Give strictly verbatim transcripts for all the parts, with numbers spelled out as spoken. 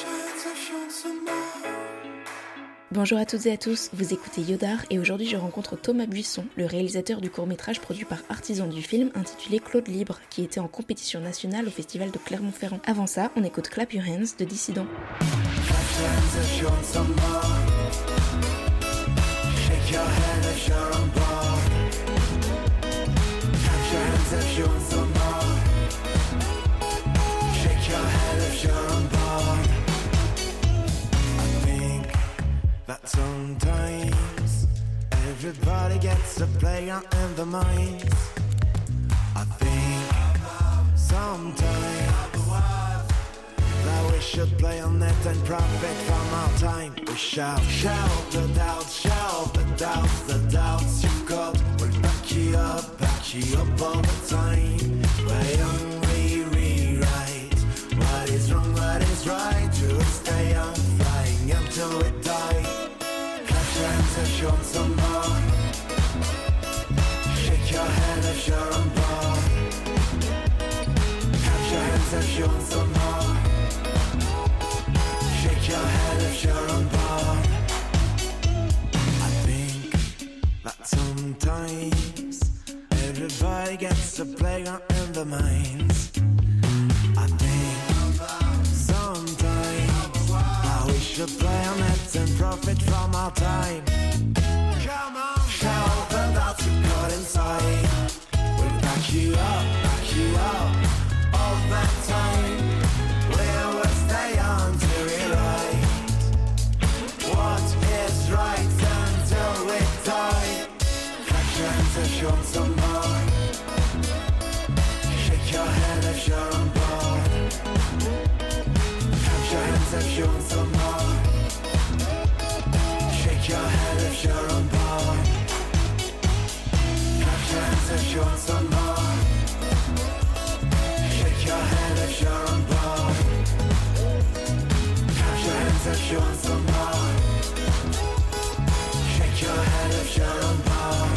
Bonjour à toutes et à tous, vous écoutez Yodar et aujourd'hui je rencontre Thomas Buisson, le réalisateur du court-métrage produit par Artisan du film intitulé Claude Libre, qui était en compétition nationale au festival de Clermont-Ferrand. Avant ça, on écoute Clap Your Hands de Dissident. That sometimes everybody gets a player in the minds. I think sometimes that we should play on it and profit from our time. We shall shout the doubts, shout the doubts, the doubts you've got. We'll back you up, back you up all the time. We're young, we rewrite what is wrong, what is right. To stay young, flying until we die. If you're on some bar, shake your head if you're on bar. Clap your hands if you're on some bar. Shake your head if you're on bar. I think that sometimes everybody gets a player in the minds. I think sometimes now we should play on it and profit from our time. Come on, shout the doubts you've got inside. We'll back you up, back you up all that time. We will stay on to rewrite what is right until we die. Clap your hands if you're on some bar. Shake your head if you're on board. Clap your hands if you're on some bar. Shake your head if you're on board. Clap your hands if you're on some more. Shake your head if you're on board. Clap your hands if you're on some more. Shake your head if you're on board.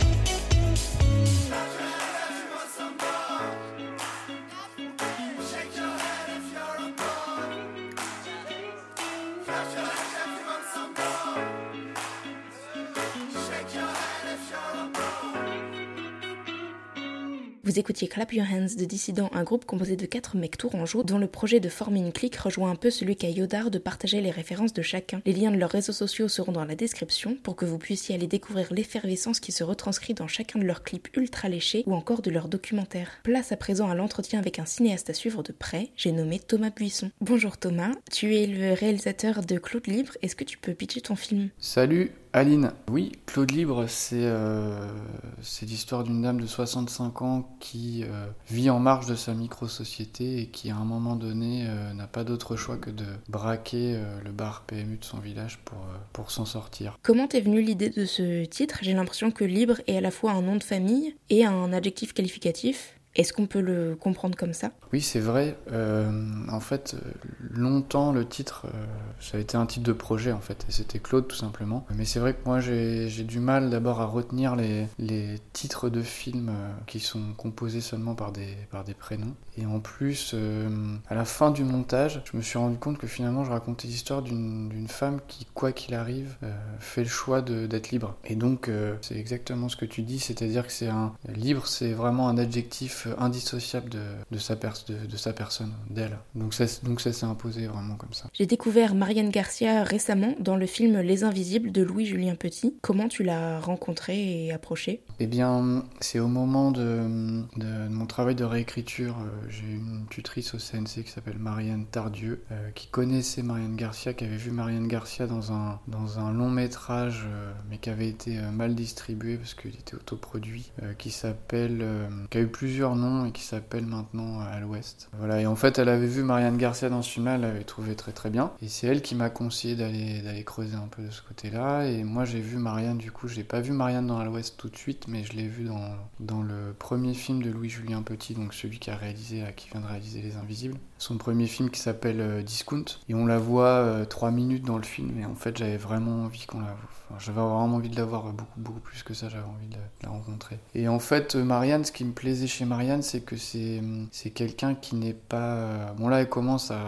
Clap your hands if you want some more. Shake your head if you're on board. Clap your hands if you want some more. Vous écoutiez Clap Your Hands de Dissident, un groupe composé de quatre mecs tourangeaux dont le projet de former une clique rejoint un peu celui qu'a Yodar de partager les références de chacun. Les liens de leurs réseaux sociaux seront dans la description pour que vous puissiez aller découvrir l'effervescence qui se retranscrit dans chacun de leurs clips ultra léchés ou encore de leurs documentaires. Place à présent à l'entretien avec un cinéaste à suivre de près, j'ai nommé Thomas Buisson. Bonjour Thomas, tu es le réalisateur de Claude Libre, est-ce que tu peux pitcher ton film ? Salut Aline, oui, Claude Libre, c'est, euh, c'est l'histoire d'une dame de soixante-cinq ans qui euh, vit en marge de sa micro-société et qui à un moment donné euh, n'a pas d'autre choix que de braquer euh, le bar P M U de son village pour, euh, pour s'en sortir. Comment t'es venue l'idée de ce titre ? J'ai l'impression que Libre est à la fois un nom de famille et un adjectif qualificatif. Est-ce qu'on peut le comprendre comme ça ? Oui, c'est vrai. Euh, en fait, longtemps, le titre, euh, ça a été un titre de projet, en fait. Et c'était Claude, tout simplement. Mais c'est vrai que moi, j'ai, j'ai du mal d'abord à retenir les, les titres de films euh, qui sont composés seulement par des, par des prénoms. Et en plus, euh, à la fin du montage, je me suis rendu compte que finalement, je racontais l'histoire d'une, d'une femme qui, quoi qu'il arrive, euh, fait le choix de, d'être libre. Et donc, euh, c'est exactement ce que tu dis, c'est-à-dire que c'est un... Libre, c'est vraiment un adjectif indissociable de, de, sa pers- de, de sa personne, d'elle. Donc ça, donc ça s'est imposé vraiment comme ça. J'ai découvert Marianne Garcia récemment dans le film Les Invisibles de Louis-Julien Petit. Comment tu l'as rencontrée et approchée ? Eh bien, c'est au moment de, de mon travail de réécriture. Euh, j'ai eu une tutrice au C N C qui s'appelle Marianne Tardieu, euh, qui connaissait Marianne Garcia, qui avait vu Marianne Garcia dans un, dans un long métrage, euh, mais qui avait été euh, mal distribué parce qu'il était autoproduit, euh, qui s'appelle, euh, qui a eu plusieurs noms et qui s'appelle maintenant À l'Ouest. Voilà, et en fait, elle avait vu Marianne Garcia dans ce film-là, elle l'avait trouvé très très bien. Et c'est elle qui m'a conseillé d'aller, d'aller creuser un peu de ce côté-là. Et moi, j'ai vu Marianne, du coup, j'ai pas vu Marianne dans À l'Ouest tout de suite, mais je l'ai vue dans, dans le premier film de Louis-Julien Petit, donc celui qui a réalisé, qui vient de réaliser Les Invisibles. Son premier film qui s'appelle euh, Discount. Et on la voit euh, trois minutes dans le film, et en fait, j'avais vraiment envie qu'on la... Enfin, j'avais vraiment envie de la voir beaucoup, beaucoup plus que ça, j'avais envie de la, de la rencontrer. Et en fait, Marianne, ce qui me plaisait chez Marianne, c'est que c'est, c'est quelqu'un qui n'est pas... Bon là, elle commence à, voilà,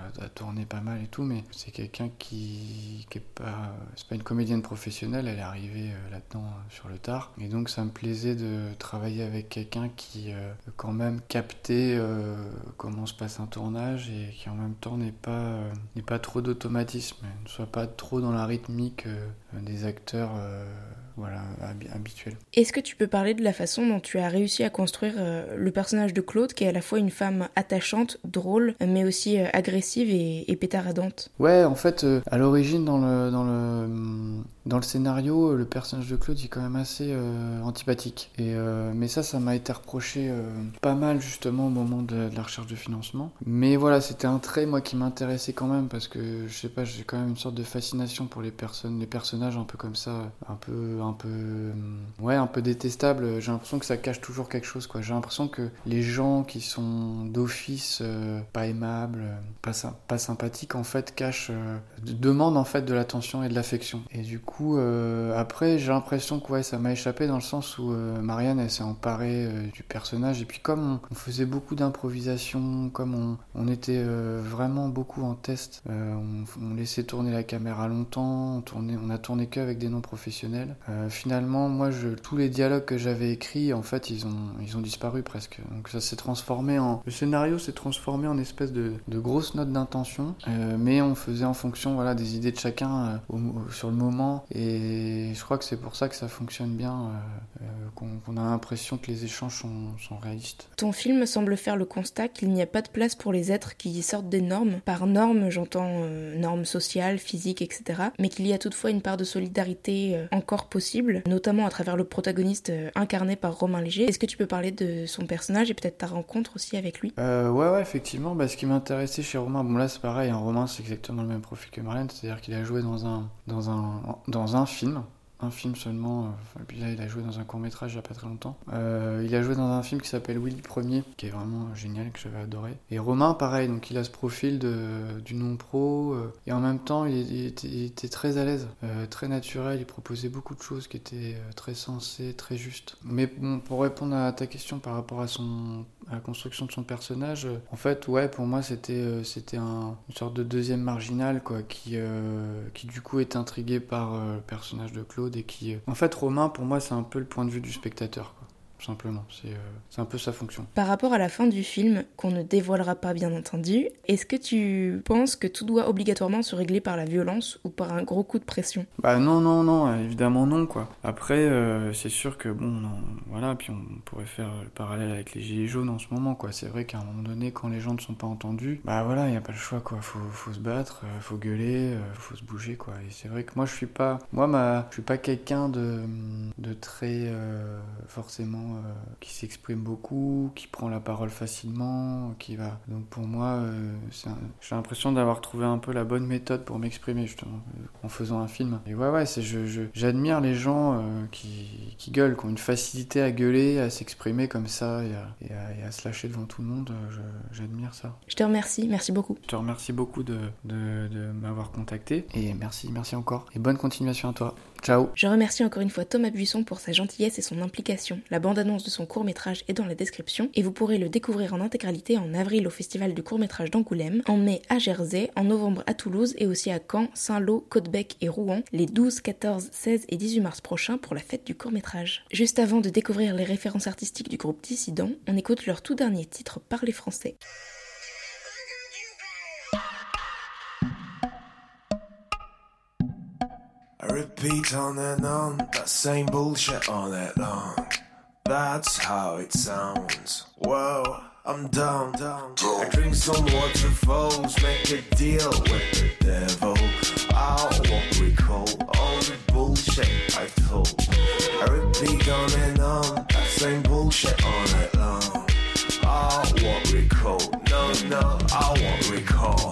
a tourné pas mal et tout, mais c'est quelqu'un qui, qui est pas, c'est pas une comédienne professionnelle, elle est arrivée euh, là-dedans euh, sur le tard, et donc ça me plaisait de travailler avec quelqu'un qui euh, quand même captait euh, comment se passe un tournage et qui en même temps n'est pas euh, n'est pas trop d'automatisme, ne soit pas trop dans la rythmique euh, des acteurs euh, voilà, hab- habituels. Est-ce que tu peux parler de la façon dont tu as réussi à construire euh, le personnage de Claude, qui est à la fois une femme attachante, drôle, mais aussi euh, agressive et, et pétaradante? Ouais, en fait, euh, à l'origine, dans le, dans, le, dans le scénario, le personnage de Claude il est quand même assez euh, antipathique. Et, euh, mais ça, ça m'a été reproché euh, pas mal justement au moment de, de la recherche de financement. Mais voilà, c'était un trait, moi, qui m'intéressait quand même, parce que, je sais pas, j'ai quand même une sorte de fascination pour les personnes, les personnages un peu comme ça, un peu, un peu, ouais, un peu détestables. J'ai l'impression que ça cache toujours quelque chose, quoi. J'ai l'impression que les gens qui sont d'office euh, pas aimables, pas, pas sympathiques, en fait, cachent, euh, demandent en fait de l'attention et de l'affection. Et du coup, euh, après, j'ai l'impression que ouais, ça m'a échappé dans le sens où euh, Marianne, elle s'est emparée euh, du personnage. Et puis comme on, on faisait beaucoup d'improvisation, comme on, on était euh, vraiment beaucoup en test, euh, on, on laissait tourner la caméra longtemps, on, tournait, on a tourné que avec des non professionnels. Euh, finalement, moi, je, tous les dialogues que j'avais écrits, en fait, ils ont, ils ont disparu presque. Donc ça s'est transformé en... Le scénario s'est transformé en espèce de, de grosse note d'intention, euh, mais on faisait en fonction voilà, des idées de chacun euh, au, au, sur le moment, et je crois que c'est pour ça que ça fonctionne bien, euh, euh, qu'on, qu'on a l'impression que les échanges sont, sont réalistes. Ton film semble faire le constat qu'il n'y a pas de place pour les êtres qui sortent des normes. Par normes, j'entends euh, normes sociales, physiques, et cetera, mais qu'il y a toutefois une part de solidarité euh, encore possible, notamment à travers le protagoniste euh, incarné par Romain Léger. Est-ce que tu peux parler de son personnage et peut-être ta rencontre aussi avec lui? euh, Ouais, ouais, effectivement. Bah, ce qui m'intéressait chez Romain, bon là c'est pareil, hein, Romain c'est exactement le même profil que Marianne, c'est-à-dire qu'il a joué dans un, dans un, dans un film. Un film seulement, euh, et puis là il a joué dans un court-métrage il n'y a pas très longtemps. Euh, il a joué dans un film qui s'appelle Willy Premier, qui est vraiment génial, que j'avais adoré. Et Romain, pareil, donc il a ce profil de, du non-pro, euh, et en même temps il, il, était, il était très à l'aise, euh, très naturel, il proposait beaucoup de choses qui étaient euh, très sensées, très justes. Mais bon, pour répondre à ta question par rapport à, son, à la construction de son personnage, euh, en fait, ouais, pour moi c'était, euh, c'était un, une sorte de deuxième marginal, quoi, qui, euh, qui du coup est intrigué par euh, le personnage de Claude. Et qui, en fait, Romain, pour moi, c'est un peu le point de vue du spectateur, quoi. Tout simplement, c'est, euh, c'est un peu sa fonction. Par rapport à la fin du film, qu'on ne dévoilera pas bien entendu, est-ce que tu penses que tout doit obligatoirement se régler par la violence ou par un gros coup de pression? Bah non, non, non, évidemment non, quoi. Après, euh, c'est sûr que, bon, non, voilà, puis on pourrait faire le parallèle avec les gilets jaunes en ce moment, quoi. C'est vrai qu'à un moment donné, quand les gens ne sont pas entendus, bah voilà, il n'y a pas le choix, quoi. Faut, faut se battre, euh, faut gueuler, euh, faut se bouger, quoi. Et c'est vrai que moi, je suis pas, moi, ma, je suis pas quelqu'un de, de très, euh, forcément, Euh, qui s'exprime beaucoup, qui prend la parole facilement, qui va... Donc pour moi, euh, c'est un... j'ai l'impression d'avoir trouvé un peu la bonne méthode pour m'exprimer, justement, euh, en faisant un film. Et ouais, ouais, c'est, je, je, j'admire les gens euh, qui, qui gueulent, qui ont une facilité à gueuler, à s'exprimer comme ça, et à, et à, et à se lâcher devant tout le monde. Je, j'admire ça. Je te remercie, merci beaucoup. Je te remercie beaucoup de, de, de m'avoir contacté, et merci, merci encore. Et bonne continuation à toi. Ciao. Je remercie encore une fois Thomas Buisson pour sa gentillesse et son implication. La bande-annonce de son court-métrage est dans la description et vous pourrez le découvrir en intégralité en avril au Festival du court-métrage d'Angoulême, en mai à Jersey, en novembre à Toulouse et aussi à Caen, Saint-Lô, Caudebec et Rouen les douze, quatorze, seize et dix-huit mars prochains pour la fête du court-métrage. Juste avant de découvrir les références artistiques du groupe Dissident, on écoute leur tout dernier titre Parler français. I repeat on and on, that same bullshit all night long. That's how it sounds. Whoa, I'm down, down. I drink some waterfalls, make a deal with the devil. I won't recall all the bullshit I told. I repeat on and on, that same bullshit all night long. I won't recall, no, no, I won't recall.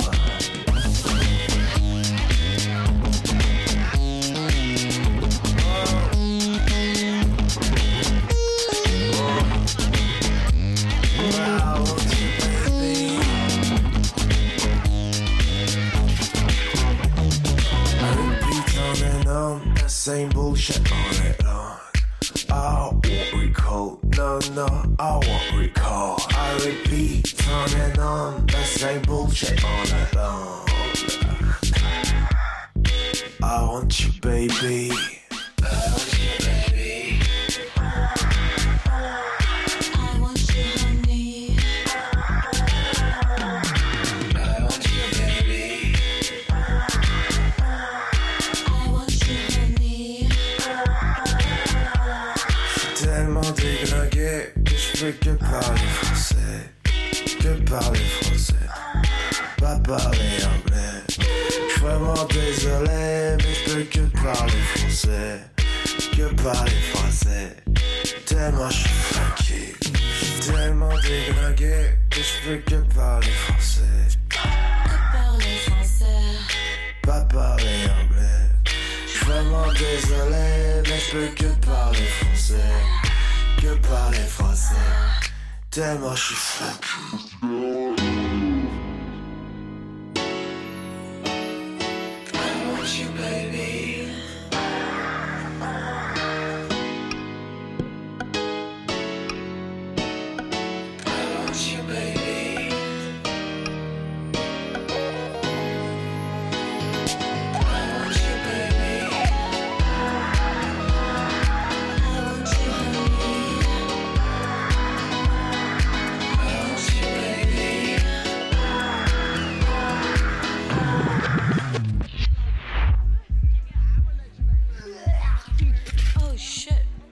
Same bullshit all night long. I won't recall, no, no, I won't recall. I repeat on and on, the same bullshit all night long. I want you, baby. I want you, baby. I want you, honey. I want you, baby. I want you, honey. J'suis tellement déglingué que j'fais que parler français. Que parler français. Pas parler anglais. J'suis vraiment désolé, mais j'peux que parler français. Que parler français. Tellement j'suis funky. J'suis tellement déglingué que j'peux que parler français. Que parler français. Pas parler anglais. J'suis vraiment désolé, mais j'peux que parler français. Que parler français. Tellement j'suis funky. I want you, baby. I want you, baby. I want you, baby. I want you, honey. I want you, baby. Oh shit.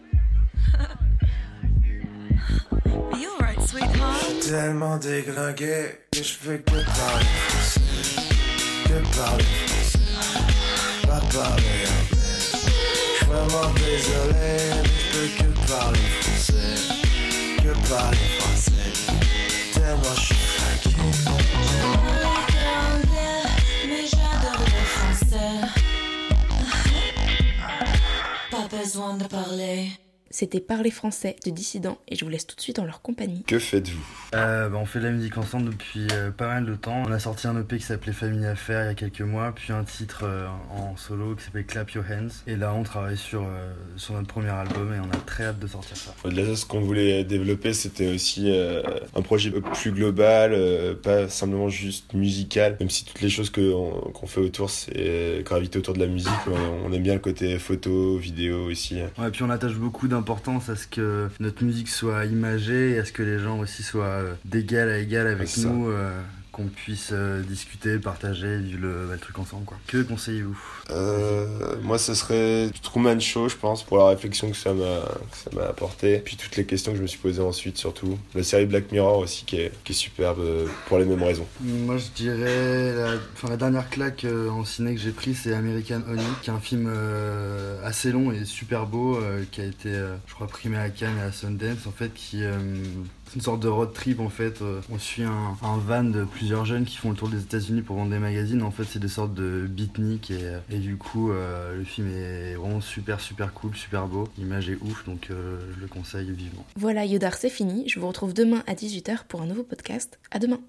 Are you alright, sweetheart? Tellement déglingué que je fais que parler français. Que parler français. Pas parler anglais. J'suis vraiment désolé, mais je peux que parler français. Que parler français. Tellement je suis funky. Parler que anglais, mais j'adore le français. Pas besoin de parler. C'était Parler français de Dissidents et je vous laisse tout de suite en leur compagnie. Que faites-vous ? Euh, bah, on fait de la musique ensemble depuis euh, pas mal de temps. On a sorti un E P qui s'appelait Famille Affaires il y a quelques mois, puis un titre euh, en solo qui s'appelle Clap Your Hands. Et là, on travaille sur, euh, sur notre premier album et on a très hâte de sortir ça. Au-delà de ce qu'on voulait développer, c'était aussi euh, un projet plus global, euh, pas simplement juste musical. Même si toutes les choses que on, qu'on fait autour, c'est gravité autour de la musique. On, on aime bien le côté photo, vidéo aussi. Ouais, puis on attache beaucoup d'importance à ce que notre musique soit imagée et à ce que les gens aussi soient euh, d'égal à égal avec C'est ça. nous. Euh, qu'on puisse euh, discuter, partager, vivre le, bah, le truc ensemble, quoi. Que conseillez-vous ? Euh, moi, ce serait Truman Show, je pense, pour la réflexion que ça m'a, que ça m'a apporté. Puis toutes les questions que je me suis posées ensuite, surtout. La série Black Mirror aussi, qui est, qui est superbe euh, pour les mêmes raisons. Moi, je dirais... La, enfin, la dernière claque euh, en ciné que j'ai pris, c'est American Honey, qui est un film euh, assez long et super beau, euh, qui a été, euh, je crois, primé à Cannes et à Sundance, en fait, qui... Euh, c'est une sorte de road trip en fait. On suit un, un van de plusieurs jeunes qui font le tour des États-Unis pour vendre des magazines. En fait, c'est des sortes de beatniks et, et du coup, euh, le film est vraiment super super cool, super beau. L'image est ouf, donc euh, je le conseille vivement. Voilà, Yodar, c'est fini. Je vous retrouve demain à dix-huit heures pour un nouveau podcast. À demain.